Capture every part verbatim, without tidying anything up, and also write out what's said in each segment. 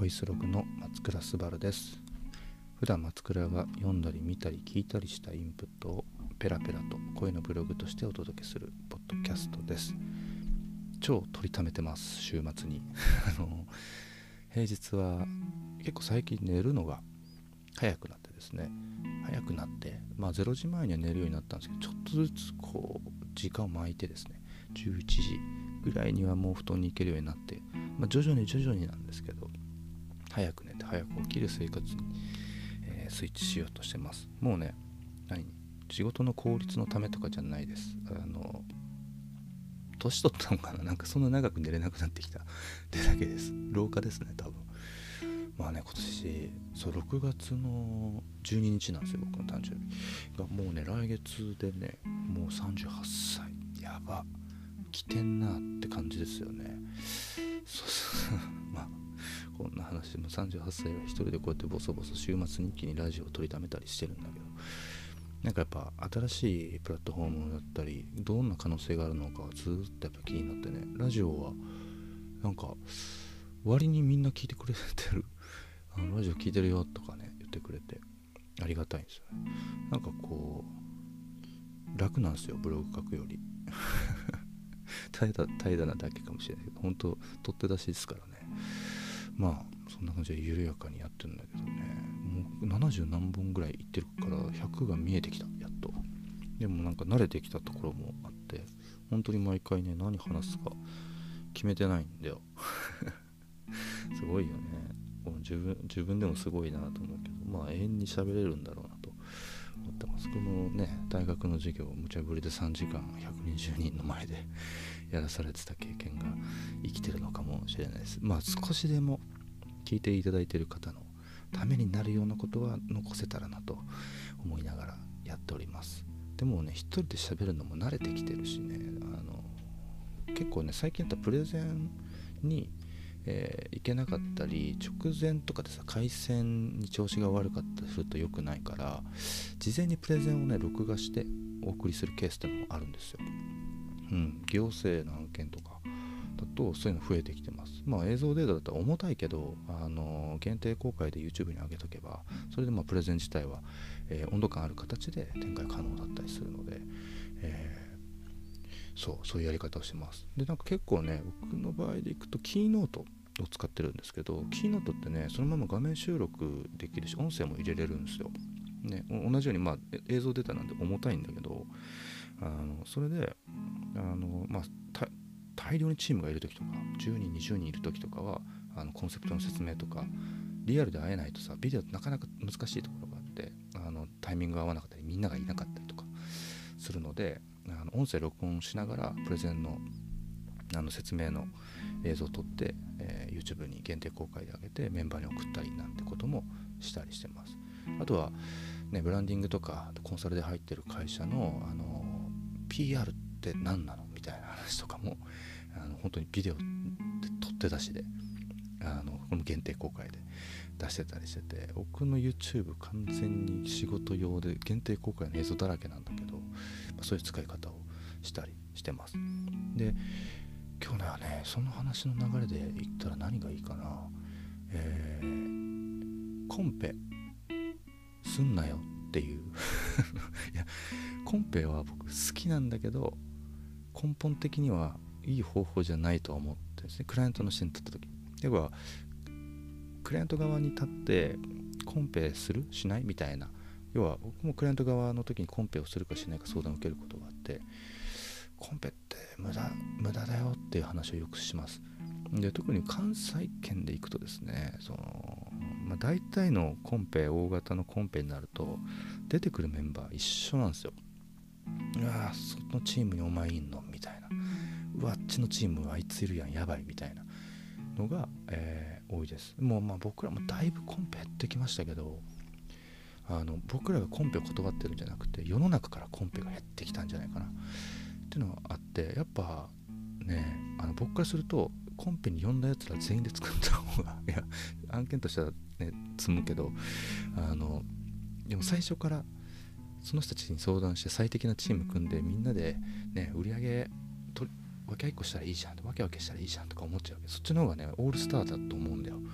ボイスログの松倉すばるです。普段松倉が読んだり見たり聞いたりしたインプットをペラペラと声のブログとしてお届けするポッドキャストです。超取りためてます。週末にあの平日は結構最近寝るのが早くなってですね早くなってまあれいじまえには寝るようになったんですけど、ちょっとずつこう時間を巻いてですねじゅういちじぐらいにはもう布団に行けるようになって、まあ、徐々に徐々になんですけど早く寝て早く起きる生活に、えー、スイッチしようとしてます。もうね何仕事の効率のためとかじゃないです。あの年取ったのかな、なんかそんな長く寝れなくなってきたってだけです。老化ですね多分。まあね今年そうろくがつのじゅうににちなんですよ、僕の誕生日が。もうね来月でねもうさんじゅうはっさい。やば来てんなって感じですよね。そうそうまあこんな話でもさんじゅうはっさいは一人でこうやってボソボソ週末日記にラジオを取りためたりしてるんだけど、なんかやっぱ新しいプラットフォームだったりどんな可能性があるのかずっとやっぱ気になってね、ラジオはなんか割にみんな聞いてくれてるあのラジオ聞いてるよとかね言ってくれてありがたいんですよね。なんかこう楽なんですよ、ブログ書くより怠惰怠惰なだけかもしれないけど、本当取って出しですからね。まあそんな感じで緩やかにやってるんだけどね、もうななじゅう何本ぐらいいってるからひゃくが見えてきたやっと。でもなんか慣れてきたところもあって、本当に毎回ね何話すか決めてないんだよすごいよね。自分自分でもすごいなと思うけど、まあ永遠に喋れるんだろうなと思ってます。このね大学の授業無茶ぶりでさんじかんひゃくにじゅうにんの前でやらされてた経験が生きてるのかもしれないです。まあ少しでも聞いていただいている方のためになるようなことは残せたらなと思いながらやっております。でもね一人で喋るのも慣れてきてるしね、あの結構ね最近やったプレゼンにえー、行けなかったり直前とかでさ回線に調子が悪かったりすると良くないから、事前にプレゼンをね録画してお送りするケースってのもあるんですよ。うん、行政の案件とかだとそういうの増えてきてます。まあ映像データだったら重たいけど、あのー、限定公開で YouTube に上げとけばそれでまあプレゼン自体は、えー、温度感ある形で展開可能だったりするので、えーそうそういうやり方をしてます。でなんか結構ね僕の場合でいくとキーノートを使ってるんですけど、キーノートってねそのまま画面収録できるし音声も入れれるんですよ、ね、同じようにまあ映像データなんで重たいんだけど、あのそれであの、まあ、大量にチームがいる時とかじゅうにんにじゅうにんいる時とかはあのコンセプトの説明とかリアルで会えないとさビデオってなかなか難しいところがあって、あのタイミングが合わなかったりみんながいなかったりとかするので、あの音声録音しながらプレゼンの、あの説明の映像を撮って、えー、YouTube に限定公開で上げてメンバーに送ったりなんてこともしたりしてます。あとは、ね、ブランディングとかコンサルで入ってる会社の、あの ピーアール って何なのみたいな話とかもあの本当にビデオで撮って出しであのこの限定公開で出してたりしてて、僕の YouTube 完全に仕事用で限定公開の映像だらけなんだけど、まあ、そういう使い方をしたりしてます。で今日はねその話の流れで言ったら何がいいかな、えー、コンペすんなよっていういやコンペは僕好きなんだけど根本的にはいい方法じゃないと思ってですね、クライアントの視点に立った時ではクライアント側に立ってコンペするしないみたいな、要は僕もクライアント側の時にコンペをするかしないか相談を受けることがあって、コンペって無駄無駄だよっていう話をよくします。で特に関西圏で行くとですね、その、まあ、大体のコンペ大型のコンペになると出てくるメンバー一緒なんですよ。うわそのチームにお前いんのみたいな、うわあっちのチームあいついるやんやばいみたいなのが、えー、多いです。もうまあ僕らもだいぶコンペ減ってきましたけど、あの僕らがコンペを断ってるんじゃなくて世の中からコンペが減ってきたんじゃないかなっていうのがあって、やっぱねあの僕からするとコンペに呼んだやつら全員で作った方がいや案件としてはね積むけど、あのでも最初からその人たちに相談して最適なチーム組んでみんなでね売り上げと分け合いっこしたらいいじゃん、分け分けしたらいいじゃんとか思っちゃうけど、そっちの方がねオールスターだと思うんだよ。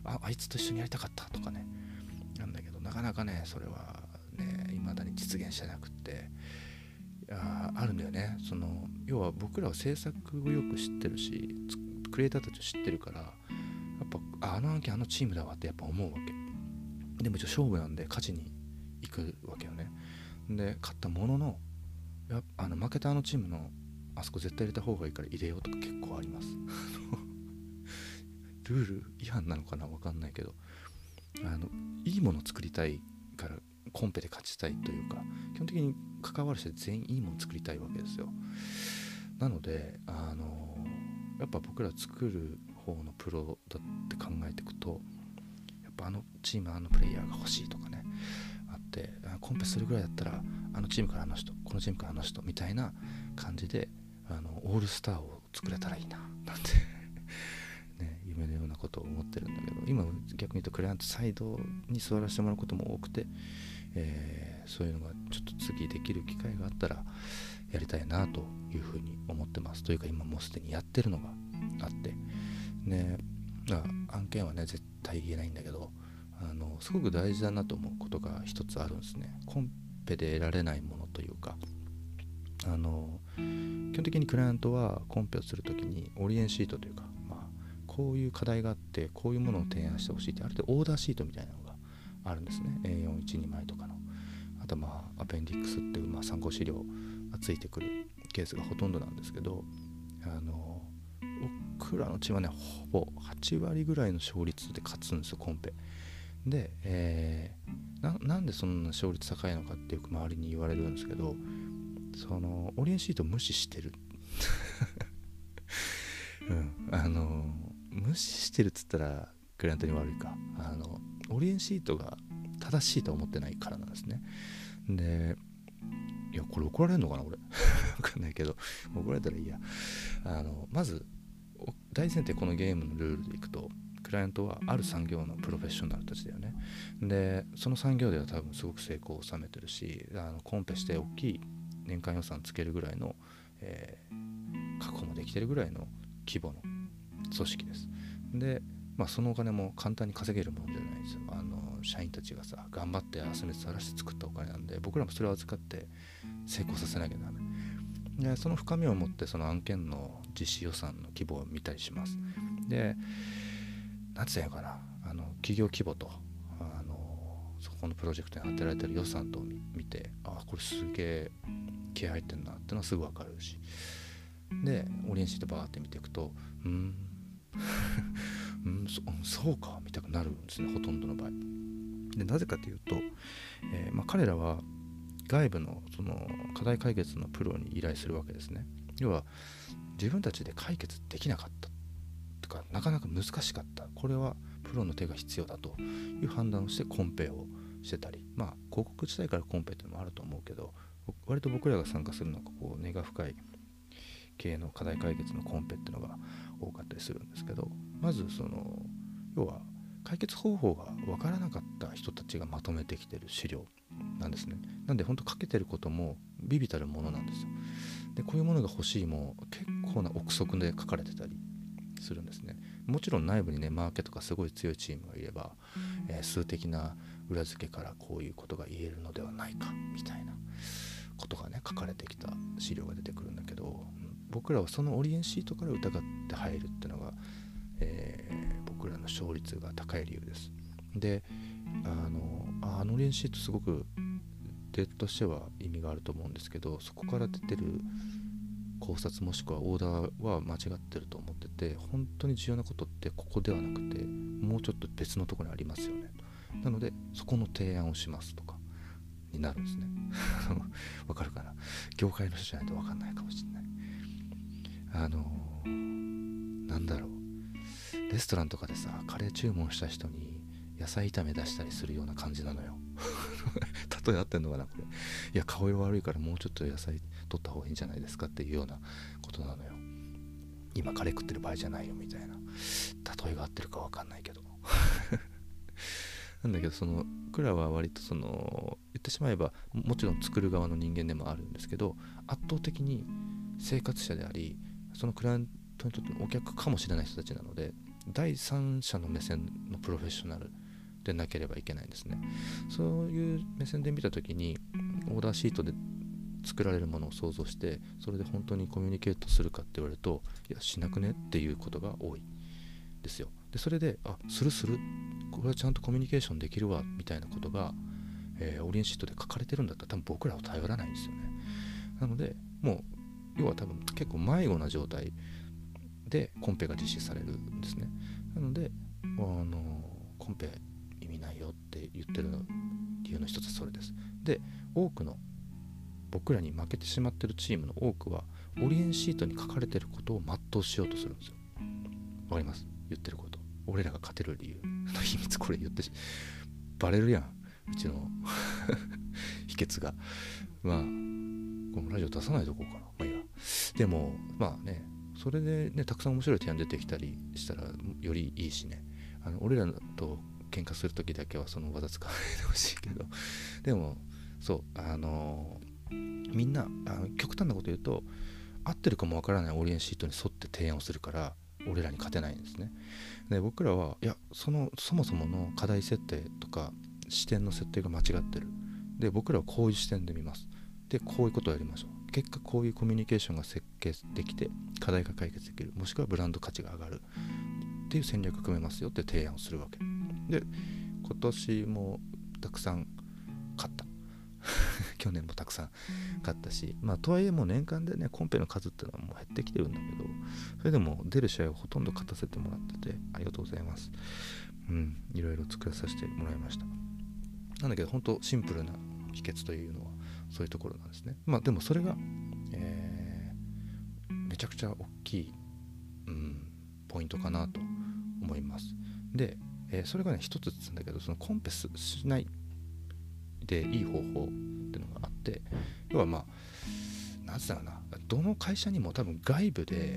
ああいつと一緒にやりたかったとかね、なんだけどなかなかねそれはね未だに実現してなくって、あ, あるんだよね。その要は僕らは制作をよく知ってるしクリエイターたちを知ってるから、やっぱあの案件あのチームだわってやっぱ思うわけでも一応勝負なんで勝ちに行くわけよね。で勝ったもののやあの負けたあのチームのあそこ絶対入れた方がいいから入れようとか結構ありますルール違反なのかな分かんないけど、あのいいもの作りたいからコンペで勝ちたいというか、基本的に関わる人で全員いいもの作りたいわけですよ。なのであのやっぱ僕ら作る方のプロだって考えていくと、やっぱあのチームあのプレイヤーが欲しいとかねあって、コンペするぐらいだったらあのチームからあの人このチームからあの人みたいな感じであのオールスターを作れたらいいななんてね、夢のようなことを思ってるんだけど、今逆に言うとクライアントサイドに座らせてもらうことも多くて、えー、そういうのがちょっと次できる機会があったらやりたいなというふうに思ってます。というか今もうすでにやってるのがあってね、案件はね絶対言えないんだけど、あのすごく大事だなと思うことが一つあるんですね。コンペで得られないものというか、あの基本的にクライアントはコンペをするときにオリエンシートというか、まあ、こういう課題があってこういうものを提案してほしいってある程度オーダーシートみたいなのがあるんですね。 エーよんいちに 枚とかの、あとまあアペンディックスっていう、まあ、参考資料がついてくるケースがほとんどなんですけど、あの僕らのチームはねほぼはちわりぐらいの勝率で勝つんですよコンペで、えー、な, なんでそんな勝率高いのかってよく周りに言われるんですけど、そのオリエンシート無視してる、うん、あの無視してるっつったらクライアントに悪いか、あのオリエンシートが正しいとは思ってないからなんですね。でいやこれ怒られるのかな俺分かんないけど怒られたらいいや。あのまず大前提このゲームのルールでいくと、クライアントはある産業のプロフェッショナルたちだよね。でその産業では多分すごく成功を収めてるし、あのコンペして大きい年間予算つけるぐらいの、えー、確保もできてるぐらいの規模の組織です。で、まあ、そのお金も簡単に稼げるもんじゃないですよ。あの社員たちがさ頑張って汗水垂らして作ったお金なんで、僕らもそれを預かって成功させなきゃダメで、その深みを持ってその案件の実施予算の規模を見たりします。で何て言うのかな、あの企業規模とあのそこのプロジェクトに当てられてる予算と見て、あこれすげえ気合入ってんなってのはすぐ分かるし、でオリエンシートバーって見ていくとうーんうん そ, そうかみたいになるんですね、ほとんどの場合で。なぜかというと、えーまあ、彼らは外部のその課題解決のプロに依頼するわけですね。要は自分たちで解決できなかったとか、なかなか難しかった、これはプロの手が必要だという判断をしてコンペをしてたり、まあ広告自体からコンペっていうのもあると思うけど、割と僕らが参加するのがこう根が深い系の課題解決のコンペっていうのが多かったりするんですけど、まずその要は解決方法が分からなかった人たちがまとめてきてる資料なんですね。なんで本当かけてることも微々たるものなんですよ。でこういうものが欲しいも結構な憶測で書かれてたりするんですね。もちろん内部にねマーケットがすごい強いチームがいれば、えー、数的な裏付けからこういうことが言えるのではないかみたいなことがね書かれてきた資料が出てくるんだけど、僕らはそのオリエンシートから疑って入るっていうのが、えー、僕らの勝率が高い理由です。であのあのオリエンシートすごくデータとしては意味があると思うんですけど、そこから出てる考察もしくはオーダーは間違ってると思ってて、本当に重要なことってここではなくてもうちょっと別のところにありますよね。なのでそこの提案をしますとかになるんですねわかるかな、業界の人じゃないとわかんないかもしれない。あのなんだろう、レストランとかでさカレー注文した人に野菜炒め出したりするような感じなのよ例え合ってんのかなこれ。いや顔色悪いからもうちょっと野菜取った方がいいんじゃないですかっていうようなことなのよ。今カレー食ってる場合じゃないよみたいな例えが合ってるか分かんないけどなんだけど、その僕らは割とその言ってしまえばもちろん作る側の人間でもあるんですけど、圧倒的に生活者でありそのクライアントにとってのお客かもしれない人たちなので、 第三者の目線のプロフェッショナルでなければいけないんですね。そういう目線で見たときにオーダーシートで作られるものを想像してそれで本当にコミュニケートするかって言われると、いやしなくねっていうことが多いですよ。でそれであするするこれはちゃんとコミュニケーションできるわみたいなことが、えー、オリエンシートで書かれてるんだったら多分僕らを頼らないんですよね。なのでもう要は多分結構迷子な状態でコンペが実施されるんですね。なのであのコンペ意味ないよって言ってる理由の一つはそれです。で多くの僕らに負けてしまってるチームの多くはオリエンシートに書かれてることを全うしようとするんですよ。わかります？言ってること。俺らが勝てる理由の秘密、これ言ってしバレるやん、うちの秘訣が。まあこのラジオ出さないとこうかな。まあいいや。でもまあね、それでねたくさん面白い提案出てきたりしたらよりいいしね。あの俺らと喧嘩するときだけはその技使わないでほしいけど、でもそうあのみんなあの極端なこと言うと合ってるかもわからないオリエンシートに沿って提案をするから俺らに勝てないんですね。で僕らはいやそのそもそもの課題設定とか視点の設定が間違ってる。で僕らはこういう視点で見ます。でこういうことをやりましょう。結果こういうコミュニケーションが設計できて課題が解決できる、もしくはブランド価値が上がるっていう戦略を組めますよって提案をするわけで、今年もたくさん勝った去年もたくさん勝ったし、まあとはいえもう年間でねコンペの数っていうのはもう減ってきてるんだけど、それでも出る試合をほとんど勝たせてもらっててありがとうございます。うんいろいろ作らさせてもらいました。なんだけど本当シンプルな秘訣というのはそういうところなんですね。まあでもそれが、えー、めちゃくちゃ大きい、うん、ポイントかなと思います。で、えー、それがね一つつんだけど、そのコンペしないでいい方法っていうのがあって、要はまあ何つったかな、どの会社にも多分外部で、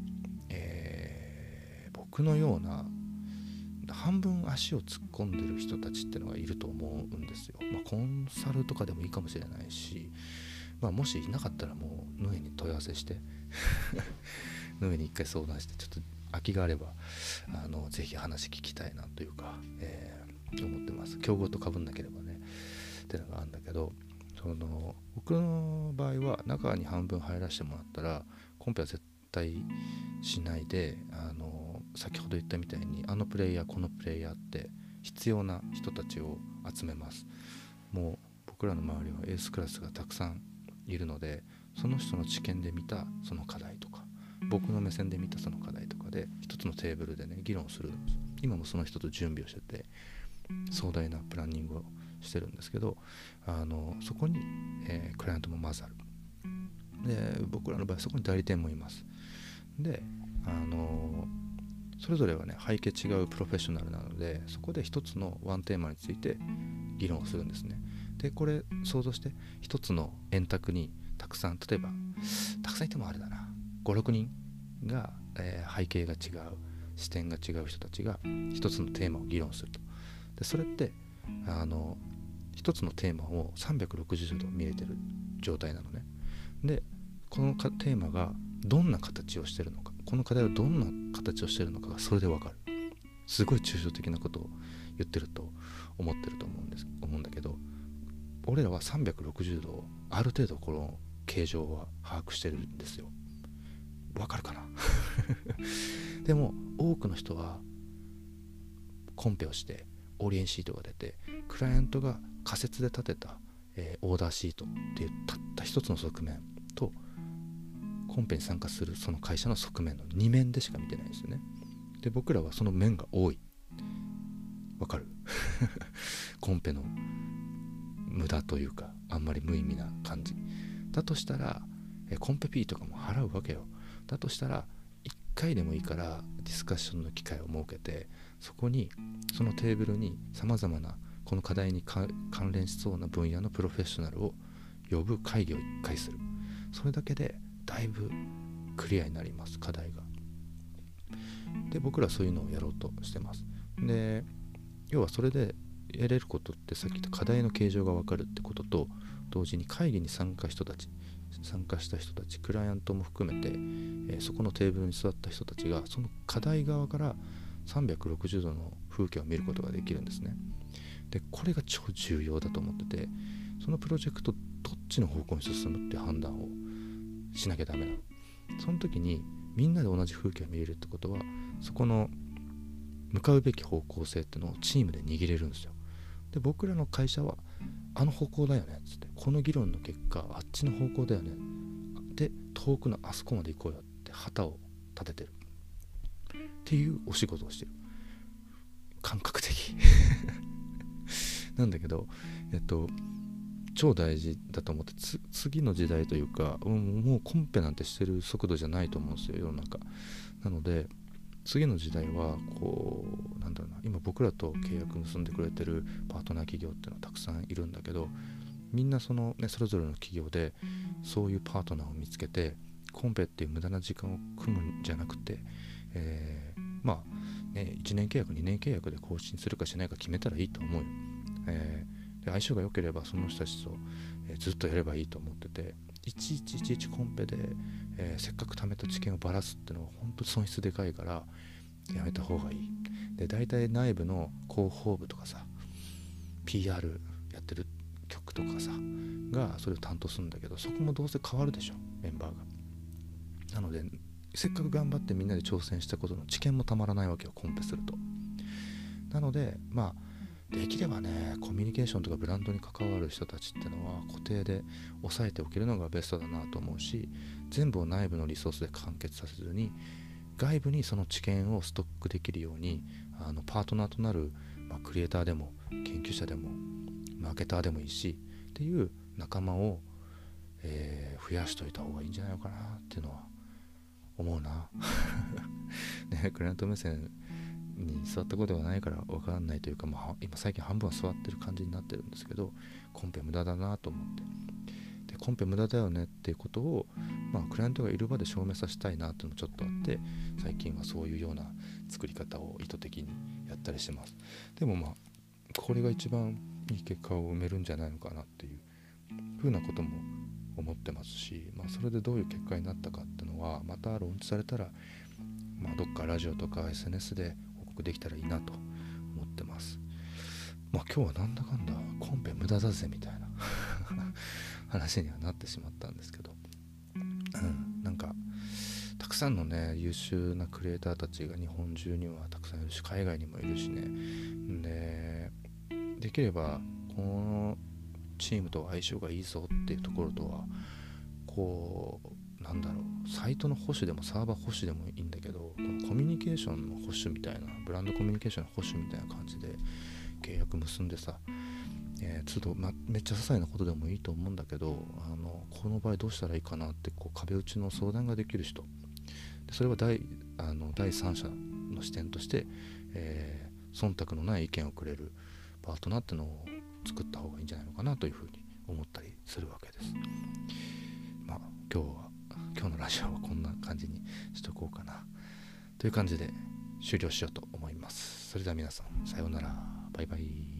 えー、僕のような半分足を突っ込んでる人たちっていうのがいると思うんですよ。まあコンサルとかでもいいかもしれないし、まあもしいなかったらもうヌエに問い合わせしてヌエに一回相談して、ちょっと空きがあればあのぜひ話聞きたいなというか、えー、思ってます。競合と被んなければねっていうのがあるんだけど、その僕の場合は中に半分入らせてもらったらコンペは絶対しないで、あの先ほど言ったみたいにあのプレイヤーこのプレイヤーって必要な人たちを集めます。もう僕らの周りはエースクラスがたくさんいるので、その人の知見で見たその課題とか僕の目線で見たその課題とかで一つのテーブルでね議論するんです。今もその人と準備をしてて壮大なプランニングをしてるんですけど、あのそこに、えー、クライアントも混ざる。で僕らの場合そこに代理店もいます。であのそれぞれはね背景違うプロフェッショナルなので、そこで一つのワンテーマについて議論をするんですね。でこれ想像して一つの円卓にたくさん、例えばたくさんいてもあれだなごろくにんが、えー、背景が違う視点が違う人たちが一つのテーマを議論すると。でそれってあの一つのテーマをさんびゃくろくじゅうど見れてる状態なのね。でこのかテーマがどんな形をしてるのか、この課題はどんな形をしてるのかがそれで分かる。すごい抽象的なことを言ってると思ってると思うんです思うんだけど、俺らはさんびゃくろくじゅうどをある程度この形状は把握してるんですよ。分かるかなでも多くの人はコンペをしてオリエンシートが出てクライアントが仮説で立てた、えー、オーダーシートっていうたった一つの側面とコンペに参加するその会社の側面のに面でしか見てないんですよね。で僕らはその面が多い。わかるコンペの無駄というかあんまり無意味な感じだとしたら、えコンペフィーとかも払うわけよ。だとしたらいっかいでもいいからディスカッションの機会を設けて、そこにそのテーブルにさまざまなこの課題に関連しそうな分野のプロフェッショナルを呼ぶ会議をいっかいする。それだけでだいぶクリアになります、課題が。で僕らはそういうのをやろうとしてます。で要はそれでやれることってさっき言った課題の形状が分かるってことと同時に会議に参加人たち参加した人たちクライアントも含めて、えー、そこのテーブルに座った人たちがその課題側からさんびゃくろくじゅうどの風景を見ることができるんですね。でこれが超重要だと思ってて、そのプロジェクトどっちの方向に進むっていう判断をしなきゃダメなの。その時にみんなで同じ風景を見れるってことは、そこの向かうべき方向性っていうのをチームで握れるんですよ。で僕らの会社はあの方向だよねっつって、この議論の結果あっちの方向だよねで、遠くのあそこまで行こうよって旗を立ててるっていうお仕事をしてる。感覚的なんだけど、えっと超大事だと思って、つ次の時代というか、うん、もうコンペなんてしてる速度じゃないと思うんですよ、世の中。なので次の時代はこうなんだろうな、今僕らと契約結んでくれてるパートナー企業っていうのはたくさんいるんだけど、みんなその、ね、それぞれの企業でそういうパートナーを見つけて、コンペっていう無駄な時間を組むんじゃなくて、えー、まあ、ね、いちねん契約にねん契約で更新するかしないか決めたらいいと思うよ。えー、で相性が良ければその人たちと、えー、ずっとやればいいと思ってて、いちいちいちいちコンペで、えー、せっかく貯めた知見をばらすっていうのは本当に損失でかいからやめた方がいい。で大体内部の広報部とかさ ピーアール やってる局とかさがそれを担当するんだけど、そこもどうせ変わるでしょ、メンバーが。なのでせっかく頑張ってみんなで挑戦したことの知見もたまらないわけよ、コンペすると。なのでまあできればね、コミュニケーションとかブランドに関わる人たちってのは固定で抑えておけるのがベストだなと思うし、全部を内部のリソースで完結させずに外部にその知見をストックできるように、あのパートナーとなる、まあ、クリエイターでも研究者でもマーケターでもいいしっていう仲間を、えー、増やしといた方がいいんじゃないのかなっていうのは思うなね、クライアント目線に座ったことがないから分からないというか、まあ、今最近半分は座ってる感じになってるんですけど、コンペ無駄だなと思って、でコンペ無駄だよねっていうことを、まあ、クライアントがいる場で証明させたいなっていうのもちょっとあって、最近はそういうような作り方を意図的にやったりしてます。でもまあこれが一番いい結果を埋めるんじゃないのかなっていうふうなことも思ってますし、まあ、それでどういう結果になったかっていうのはまたローンチされたら、まあ、どっかラジオとか エスエヌエス で報告できたらいいなと思ってます。まあ今日はなんだかんだコンペ無駄だぜみたいな話にはなってしまったんですけど、うん、なんかたくさんのね優秀なクリエイターたちが日本中にはたくさんいるし、海外にもいるしね。でできればこのチームと相性がいいぞっていうところとはこうなんだろう、サイトの保守でもサーバー保守でもいいんだけど、このコミュニケーションの保守みたいな、ブランドコミュニケーションの保守みたいな感じで契約結んでさ、えー、都度、ま、めっちゃ些細なことでもいいと思うんだけど、あのこの場合どうしたらいいかなってこう壁打ちの相談ができる人で、それは 第, あの第三者の視点として、えー、忖度のない意見をくれるパートナーってのを作った方がいいんじゃないのかなというふうに思ったりするわけです。まあ今日は今日のラジオはこんな感じにしとこうかなという感じで終了しようと思います。それでは皆さんさようなら、バイバイ。